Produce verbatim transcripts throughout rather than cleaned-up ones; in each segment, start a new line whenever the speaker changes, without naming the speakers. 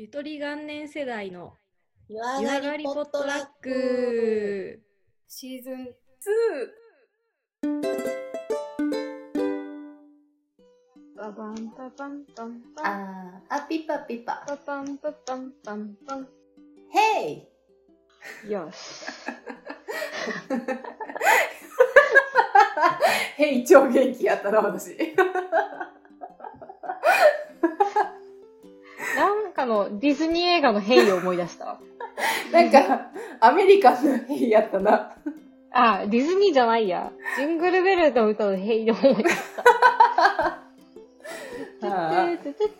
ゆとり元年世代の
湯
湯上
上がり
がりポッ
ポットラッ
トラック
ク
シーズン
ツ
ー。パパンパパンパン
ー。
パン
あー、あ、ピッパピッパ。
パパンパパンパンパン。
ヘイ
よし。
ヘイ超元気やったな、私。
なんかのディズニー映画のヘイを思い出した。
なんか、アメリカンのヘイやったな。
あ、ディズニーじゃないや。ジングルベルの歌のヘイを思い出した。
あ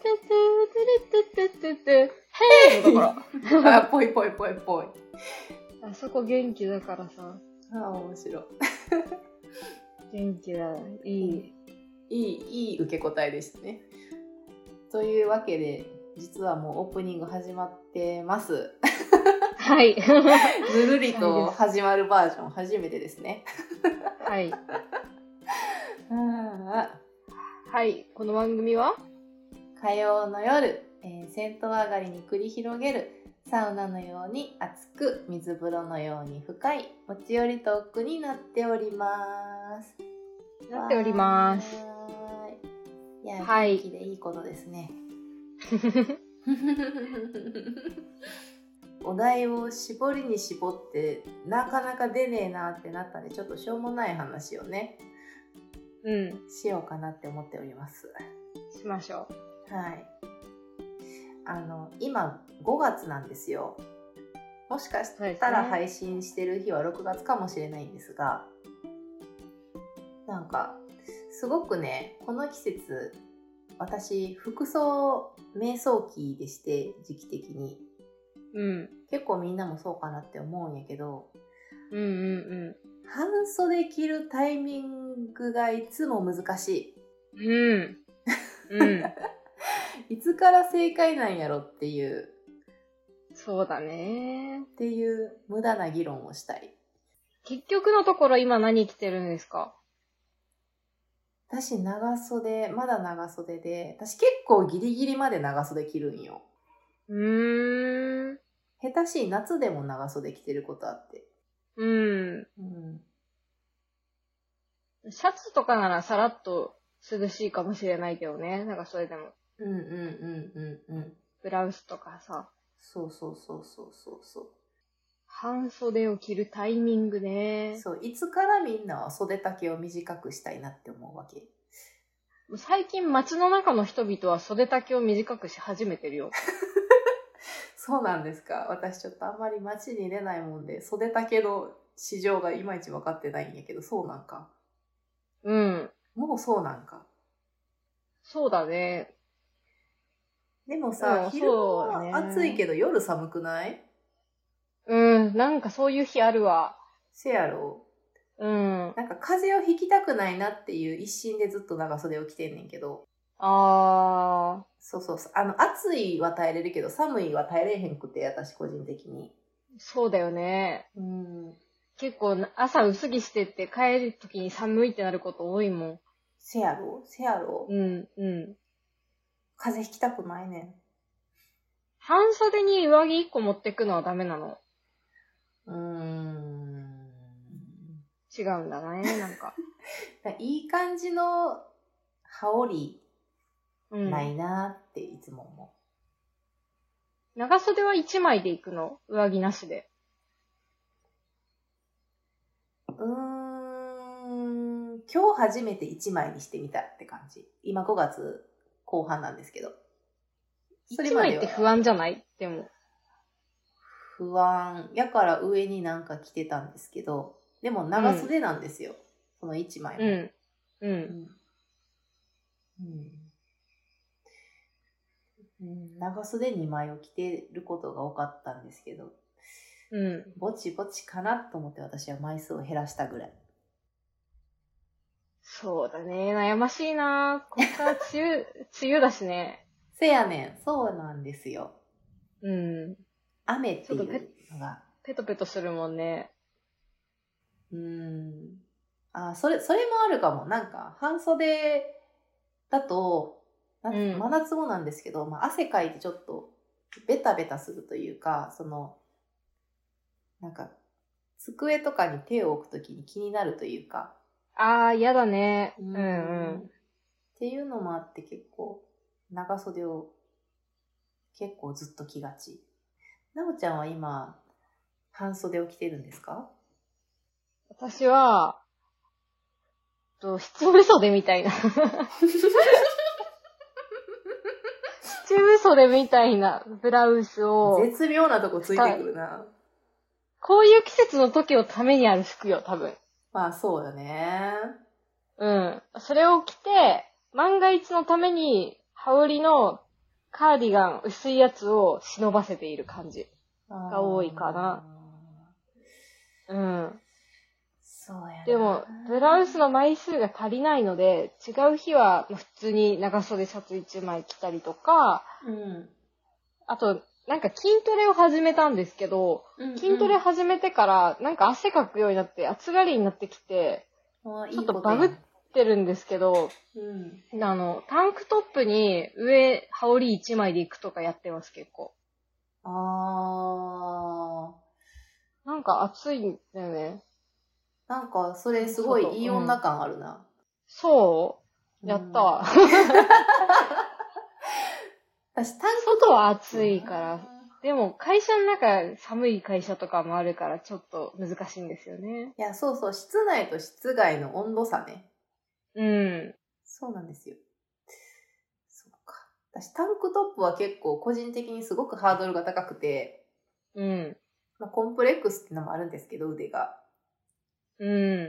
ヘイのところ。
あ、ぽいぽいぽいぽい。
あそこ元気だからさ。
ああ、面白い。
元気だ。いい。
いい、いい受け答えでしたね。というわけで、実はもうオープニング始まってます。
はい。
ぬるりと始まるバージョン、初めてですね。
はい。
あ
はい。この番組は
火曜の夜、えー、銭湯上がりに繰り広げるサウナのように熱く水風呂のように深い持ち寄りトークになっております。
なっております。
はーい。いや、
はい
元気でいいことですね。お題を絞りに絞ってなかなか出ねえなってなったんで、ちょっとしょうもない話をね、
うん。
しようかなって思っております。
しましょ
はい。あの今ごがつなんですよ。もしかしたら配信してる日はろくがつかもしれないんですが、なんかすごくね、この季節私服装迷走期でして、時期的に、
う。うん。
結構みんなもそうかなって思うんやけど、
うんうんうん。
半袖着るタイミングがいつも難し
い。うん。うん。
いつから正解なんやろっていう
そうだね。
っていう無駄な議論をしたい。
結局のところ今何着てるんですか？
私長袖、まだ長袖で、私結構ギリギリまで長袖着るんよ。
うーん。
下手しい夏でも長袖着てることあって。
うん。
うん。
シャツとかならさらっと涼しいかもしれないけどね。なんかそれでも。
うんうんうんうんうん。
ブラウスとかさ。
そうそうそうそうそうそう。
半袖を着るタイミングね。
そう、いつからみんなは袖丈を短くしたいなって思うわけ？
最近街の中の人々は袖丈を短くし始めてるよ。
そうなんですか。私ちょっとあんまり街に出ないもんで、袖丈の市場がいまいち分かってないんやけど、そうなんか。
うん。
もうそうなんか。
そうだね。
でもさ、
うん、
昼
そうだね。
間暑いけど夜寒くない？
うん、なんかそういう日あるわ。
せやろ？
うん。
なんか風邪をひきたくないなっていう一心でずっと長袖を着てんねんけど。
あー。
そうそうそう。あの、暑いは耐えれるけど、寒いは耐えれへんくて、私個人的に。
そうだよね。
うん。
結構朝薄着してって帰るときに寒いってなること多いもん。
せやろ？せやろ？
うん、うん。
風邪ひきたくないねん。
半袖に上着いっこ持ってくのはダメなの？
うーん。
違うんだね、なんか。
いい感じの羽織
うん。
ないなっていつも思
長袖はいちまいで行くの？上着なしで。
う。うーん。今日初めていちまいにしてみたって感じ。今ごがつこう半なんですけど。
いちまいって不安じゃない？でも。
不安。やから上になんか着てたんですけど、でも長袖なんですよ。うん、そのいちまいも。
うん。うん。
うんうん、長袖にまいを着てることが多かったんですけど、
うん。
ぼちぼちかなと思って私は枚数を減らしたぐらい。
そうだね。悩ましいな。こっから梅雨、梅雨だしね。
せやねん。そうなんですよ。
うん。
雨っていうのが。
ペトペトするもんね。
うーん。あ、それ、それもあるかも。なんか、半袖だと、なん、うん、真夏もなんですけど、まあ、汗かいてちょっとベタベタするというか、その、なんか、机とかに手を置くときに気になるというか。
あー、嫌だね。
うん
うんうん。
っていうのもあって結構、長袖を結構ずっと着がち。なおちゃんは今、半袖を着てるんですか？
私は、と、七分袖みたいな。七分袖みたいなブラウスを。
絶妙なとこついてくるな。
こういう季節の時のためにある服よ、多分。
まあそうだね。
うん。それを着て、万が一のために、羽織のカーディガン、薄いやつを忍ばせている感じが多いかな。うん。
そうやな。
でも、ブラウスの枚数が足りないので、違う日は普通に長袖シャツいちまい着たりとか、
うん。
あと、なんか筋トレを始めたんですけど、うんうん、筋トレ始めてから、なんか汗かくようになって、暑がりになってきて、ちょっとバグってるんですけど、うん、あの、タンクトップに上、羽織いちまいで行くとかやってます、結構。
あ
ー。なんか暑いんだよね。
なんか、それすごいいい女感あるな。うん、
そうやったわ。
私、タンク
外は暑いから。でも、会社の中、寒い会社とかもあるから、ちょっと難しいんですよね。
いや、そうそう、室内と室外の温度差ね。
うん。
そうなんですよ。そうか。私、タンクトップは結構、個人的にすごくハードルが高くて、
うん。
まあ、コンプレックスってのもあるんですけど、腕が。
うん。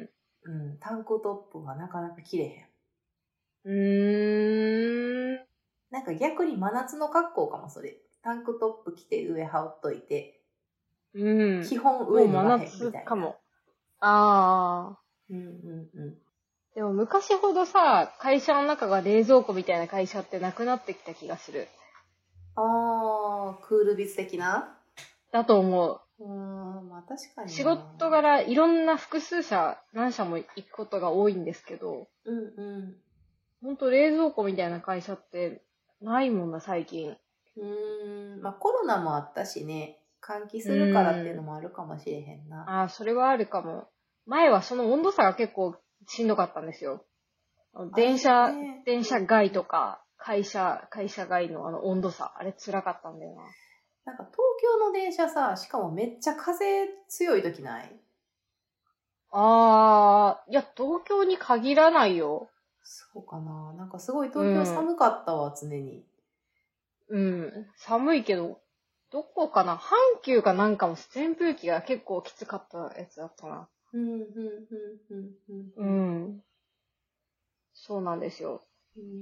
うん、タンクトップはなかなか着れへん。
うーん。
なんか逆に真夏の格好かも、それ。タンクトップ着て上羽織っといて。
うん。
基本上脱がへんみたいな。
真夏かも。ああ。
うんうんうん。
でも昔ほどさ、会社の中が冷蔵庫みたいな会社ってなくなってきた気がする。
あー、クールビズ的な？
だと思う。
うーん、まあ確かにな。
仕事柄いろんな複数社、何社も行くことが多いんですけど、
うんうん。
ほんと冷蔵庫みたいな会社ってないもんな、最近。
うーん、まあコロナもあったしね、換気するからっていうのもあるかもしれへんな。
ああ、それはあるかも。前はその温度差が結構しんどかったんですよ。電車、ね、電車外とか、会社、会社外のあの温度差、あれ辛かったんだよな。
なんか東京の電車さ、しかもめっちゃ風強い時ない？
あー、いや、東京に限らないよ。
そうかな。なんかすごい東京寒かったわ、うん、常に。
うん、寒いけど、どこかな？阪急かなんかも扇風機が結構きつかったやつだったな。
うん、うん、うん、うん、
うん。うん。そうなんですよ。
うんうんうん、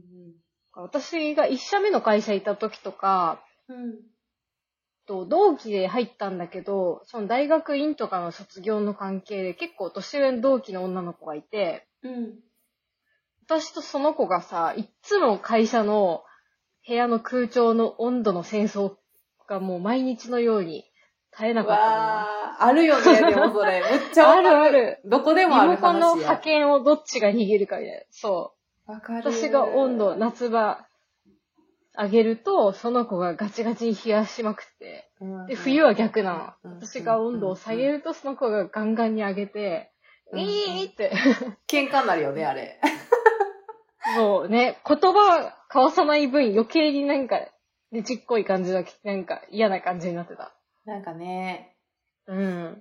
私が一社目の会社いた時とか、
うん、
と同期で入ったんだけど、その大学院とかの卒業の関係で結構年上の同期の女の子がいて、
うん、
私とその子がさ、いっつも会社の部屋の空調の温度の戦争がもう毎日のように絶えなかったな。
わー、あるよね、でもそれ。めっちゃわかる。あるある。どこでもある話や。
リモコンの派遣をどっちが握るかみたいな。そう。
わかる。
私が温度、夏場、上げると、その子がガチガチに冷やしまくって。で、冬は逆なの。私が温度を下げると、その子がガンガンに上げて、ウィーって。
喧嘩になるよね、あれ。
そうね、言葉交わさない分余計になんか、ねちっこい感じだけ、なんか嫌な感じになってた。
なんかね。
うん。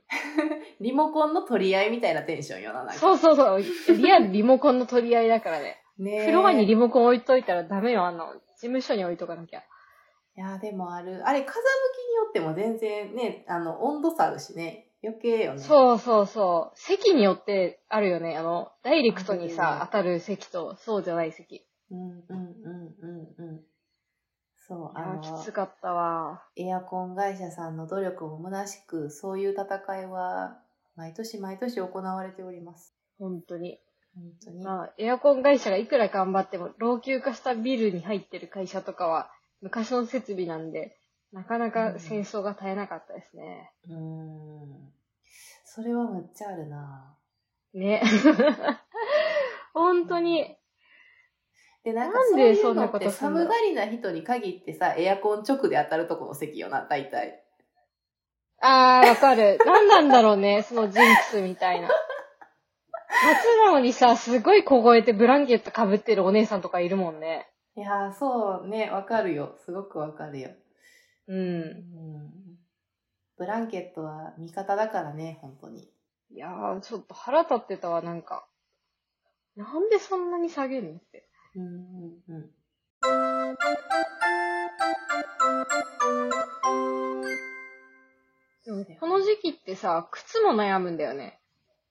リモコンの取り合いみたいなテンションよな、なんか。
そうそうそう。リアルリモコンの取り合いだからね。ねフロアにリモコン置いといたらダメよ、あの、事務所に置いとかなきゃ。
いやでもある。あれ、風向きによっても全然ね、あの、温度差あるしね。余計よね。
そうそうそう。席によってあるよね。あの、ダイレクトにさ、当たる席と、そうじゃない席。
うんうんうんうんうん。そう、
あの、きつかったわ。
エアコン会社さんの努力も虚しく、そういう戦いは、毎年毎年行われております。
本当に。
本当に。
まあ、エアコン会社がいくら頑張っても、老朽化したビルに入ってる会社とかは、昔の設備なんで、なかなか戦争が絶えなかったですね。
うーん。それはむっちゃあるな。
ね。本当に。
で、なんかそういうのって寒がりな人に限ってさ、エアコン直で当たるとこの席よな、大体。
あー、わかる。何なんだろうね、そのジンクスみたいな。夏なのにさ、すごい凍えてブランケット被ってるお姉さんとかいるもんね。
いやー、そうね、わかるよ。すごくわかるよ。
うん。うん、
ブランケットは味方だからね、本当に。
いやー、ちょっと腹立ってたわ、なんか。なんでそんなに下げるのって。
うんうんうん。
でもこの時期ってさ、靴も悩むんだよね。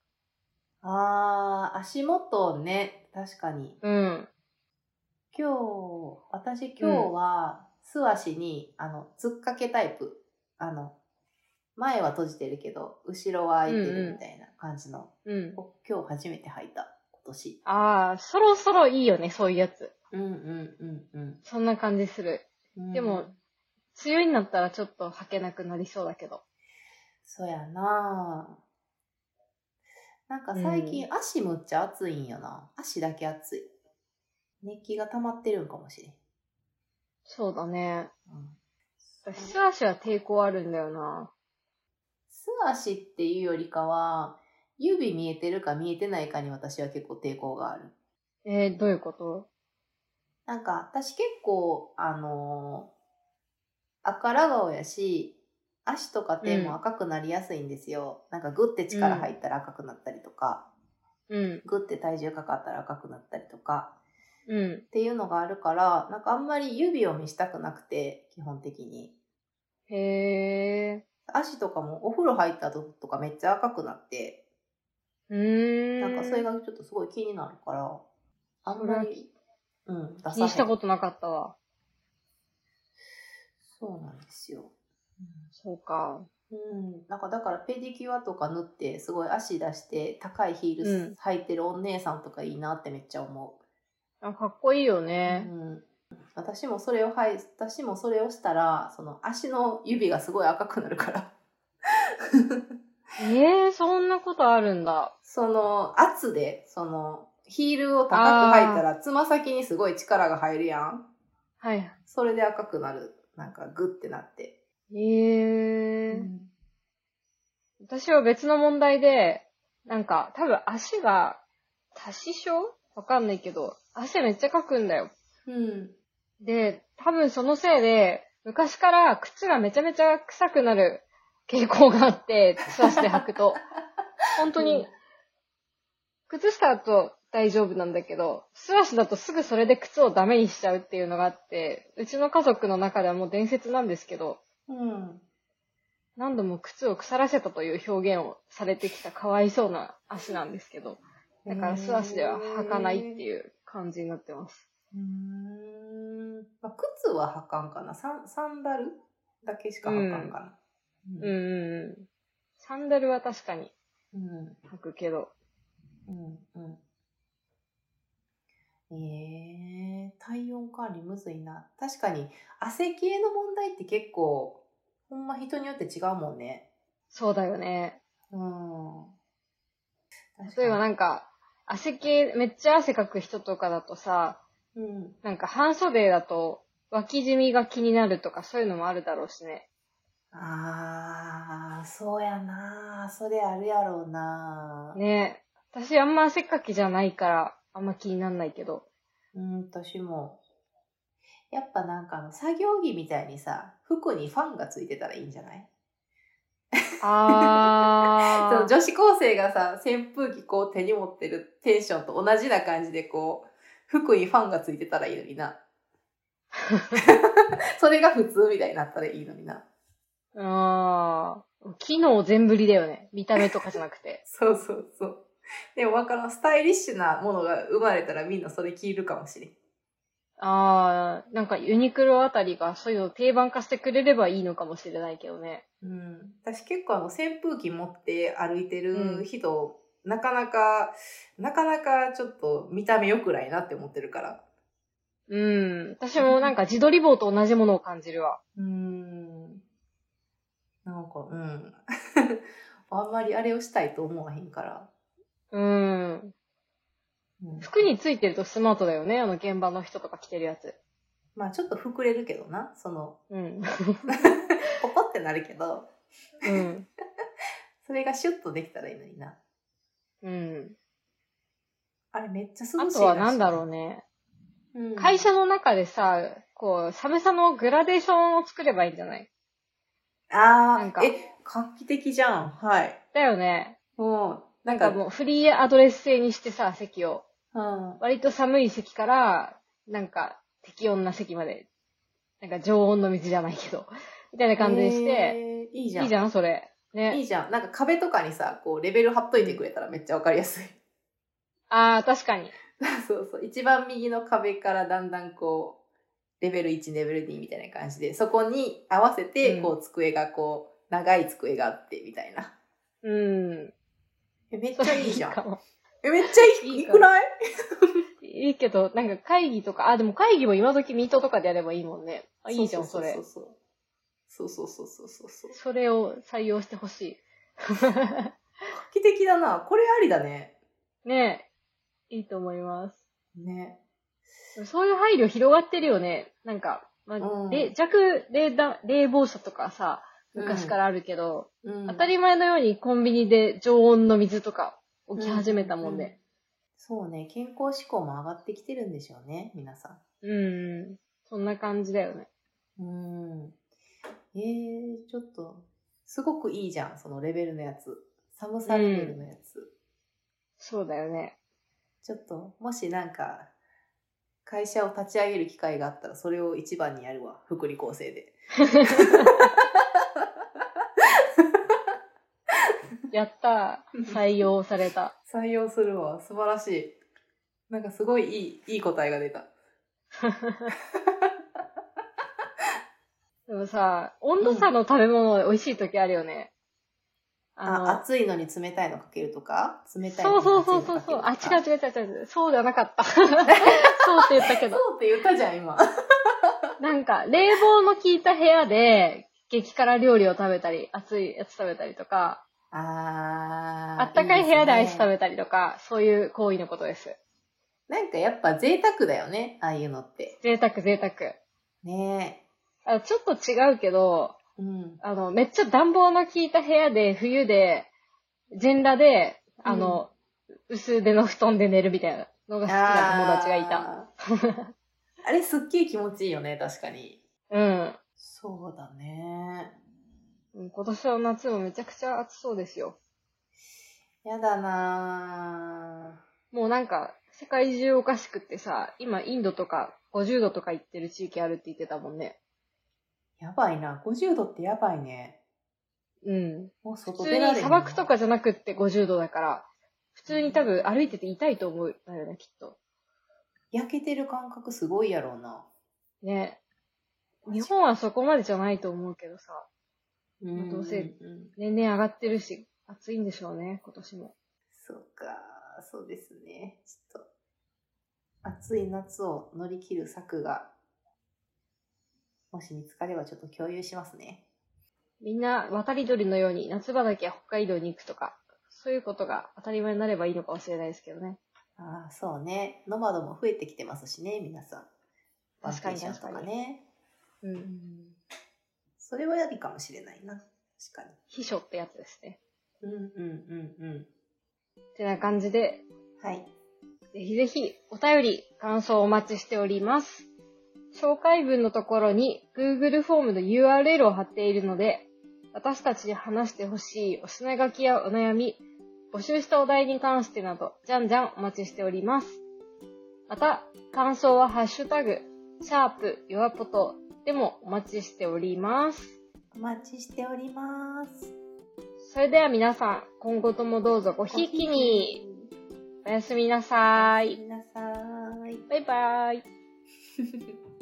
あー、足元ね、確かに。
うん。
今日、私今日は、素足に、あの、突っかけタイプ。あの、前は閉じてるけど、後ろは開いてるみたいな感じの。
うん、うん。
今日初めて履いた、今年。
あー、そろそろいいよね、そういうやつ。
うんうんうんうん。
そんな感じする。うん、でも、梅雨になったらちょっと履けなくなりそうだけど。
そうやなぁ。なんか最近足むっちゃ暑いんよな。足だけ暑い。熱気が溜まってるんかもしれん。
そうだね。うん、素足は抵抗あるんだよな。
素足っていうよりかは、指見えてるか見えてないかに私は結構抵抗がある。
えー、どういうこと？
なんか私結構、あのー、赤ら顔やし、足とか手も赤くなりやすいんですよ。うん、なんかグッて力入ったら赤くなったりとか、うん、グッて体重かかったら赤くなったりとか、うん、っていうのがあるから、なんかあんまり指を見したくなくて、基本的に。へー。足とかもお風呂入った後とかめっちゃ赤くなって、うーん。なんかそれがちょっとすごい気になるから、あんまり、うん、
出さへん。気にしたことなかったわ。
そうなんですよ。
うん、そうか。
うん。なんかだからペディキュアとか塗ってすごい足出して高いヒール履いてるお姉さんとかいいなってめっちゃ思
う。あ、かっこいいよね。
うん。私もそれをはい、私もそれをしたら、その足の指がすごい赤くなるから。
ええー、そんなことあるんだ。
その圧で、そのヒールを高く履いたらつま先にすごい力が入るやん。はい。それで赤くなる。なんかグッてなって。
ええー。うん、私は別の問題で、なんか多分足が多趾症？わかんないけど、汗めっちゃかくんだよ。うん。で、多分そのせいで、昔から靴がめちゃめちゃ臭くなる傾向があって、素足で履くと。本当に、靴下だと大丈夫なんだけど、素足だとすぐそれで靴をダメにしちゃうっていうのがあって、うちの家族の中ではもう伝説なんですけど、うん、何度も靴を腐らせたという表現をされてきたかわいそうな足なんですけど、だから素足では履かないっていう感じになってます。
うーん、まあ、靴は履かんかな。サン、サンダルだけしか履かんかな。
うん。うんうん、サンダルは確かに履くけど。
うんうん。えー、体温管理むずいな。確かに汗系の問題って結構ほんま人によって違うもんね。
そうだよね。
うん。
例えばなんか汗系めっちゃ汗かく人とかだとさ、うん、なんか半袖だと脇染みが気になるとかそういうのもあるだろうしね。
ああ、そうやな。それあるやろうな。
ねえ。私あんま汗かきじゃないからあんま気になんないけど。
うん、私も。やっぱなんかあの作業着みたいにさ、服にファンがついてたらいいんじゃない？あその女子高生がさ、扇風機こう手に持ってるテンションと同じな感じでこう、服にファンがついてたらいいのにな。それが普通みたいになったらいいのにな。
ああ、機能全振りだよね。見た目とかじゃなくて。
そうそうそう。でもわからん、スタイリッシュなものが生まれたらみんなそれ着るかもしれん。
ああ、なんかユニクロあたりがそういうのを定番化してくれればいいのかもしれないけどね。
うん。私結構あの扇風機持って歩いてる人、うん、なかなか、なかなかちょっと見た目良くないなって思ってるから。
うん。私もなんか自撮り棒と同じものを感じるわ。
うん。なんか、うん。あんまりあれをしたいと思わへんから。
うん。
うん、
服についてるとスマートだよね、あの現場の人とか着てるやつ。
まあちょっと膨れるけどな、その、
うん、
ポコってなるけど、
うん、
それがシュッとできたらいいのにな。
うん。
あれめっちゃ涼しいらしい。
あとはなんだろうね。うん、会社の中でさ、こう、寒さのグラデーションを作ればいいんじゃない？
ああ、なんかえ、画期的じゃん。はい。
だよね。
もう、
なんかもうフリーアドレス制にしてさ、席を。
うん、
割と寒い席から、なんか適温な席まで、なんか常温の水じゃないけど、みたいな感じにして、
いいじゃん。
いいじゃん、それ。ね。
いいじゃん。なんか壁とかにさ、こう、レベル貼っといてくれたらめっちゃわかりやすい。
ああ、確かに。
そうそう。一番右の壁からだんだんこう、レベルいち、レベルにみたいな感じで、そこに合わせて、こう、机がこう、長い机があって、みたいな。
うん。
えめっちゃいいじゃん。
いいかも。
え、めっちゃいい、いいくない？
いいけど、なんか会議とか、あ、でも会議も今時ミートとかでやればいいもんね。あ、いいじゃん、それ。
そうそうそうそう。そうそうそうそう。
それを採用してほしい。
画期的だな。これありだね。
ねえ。いいと思います。
ね。
そういう配慮広がってるよね。なんか、まあうん、で弱冷暖冷房車とかさ、昔からあるけど、うん、当たり前のようにコンビニで常温の水とか置き始めたもんで、うんうん。
そうね、健康志向も上がってきてるんでしょうね、皆さ
ん。うん。そんな感じだよね。
うん。えー、ちょっと、すごくいいじゃん、そのレベルのやつ。寒さレベルのやつ。うん、
そうだよね。
ちょっと、もしなんか、会社を立ち上げる機会があったら、それを一番にやるわ。福利厚生で。
やったー。採用された。
採用するわ。素晴らしい。なんかすごいいい、いい答えが出た。
でもさ、温度差の食べ物美味しい時あるよね。
うん、あのあ、熱いのに冷たいのかけるとか冷たいの
に熱いのかけるとか。そうそうそうそう。あ、違う違う違う違う。そうではなかった。そうって言ったけど。
そうって言ったじゃん、今。
なんか、冷房の効いた部屋で、激辛料理を食べたり、熱いやつ食べたりとか、
あ
あったかい部屋でアイス食べたりとか、いいね、そういう行為のことです。
なんかやっぱ贅沢だよね、ああいうのって。
贅沢贅沢。
ね
え。あ、ちょっと違うけど、
うん、
あの、めっちゃ暖房の効いた部屋で、冬で、全裸で、あの、うん、薄手の布団で寝るみたいなのが好きな友達がいた。
あれすっげえ気持ちいいよね、確かに。
うん。
そうだね。
今年の夏もめちゃくちゃ暑そうですよ。
やだな
ぁ。もうなんか、世界中おかしくってさ、今インドとかごじゅうどとか行ってる地域あるって言ってたもんね。
やばいな。ごじゅうどってやばいね。
うん。
もう外
出られない。普通に砂漠とかじゃなくってごじゅうどだから、普通に多分歩いてて痛いと思うんだよね、きっと。焼
けてる感覚すごいやろうな。
ね。日本はそこまでじゃないと思うけどさ。
うん、
どうせ年々上がってるし、暑いんでしょうね、今年も。
そうか、そうですね。ちょっと、暑い夏を乗り切る策が、もし見つかればちょっと共有しますね。
みんな渡り鳥のように夏場だけ北海道に行くとか、そういうことが当たり前になればいいのかもしれないですけどね。
ああ、そうね。ノマドも増えてきてますしね、皆さん。
確かに確かに。
ね。
うん。
それはやりかもしれないな。確かに。
秘書ってやつですね。
うんうんうんうん。
ってな感じで。
はい。
ぜひぜひお便り、感想をお待ちしております。紹介文のところに Google フォームの ユーアールエル を貼っているので、私たちに話してほしいお品書きやお悩み、募集したお題に関してなど、じゃんじゃんお待ちしております。また、感想はハッシュタグ、シャープ、ヨアポトでもお待ちしております。
お待ちしております。
それでは皆さん、今後ともどうぞごひいきに。おやすみなさーい。
おやすみなさーい。
バイバーイ。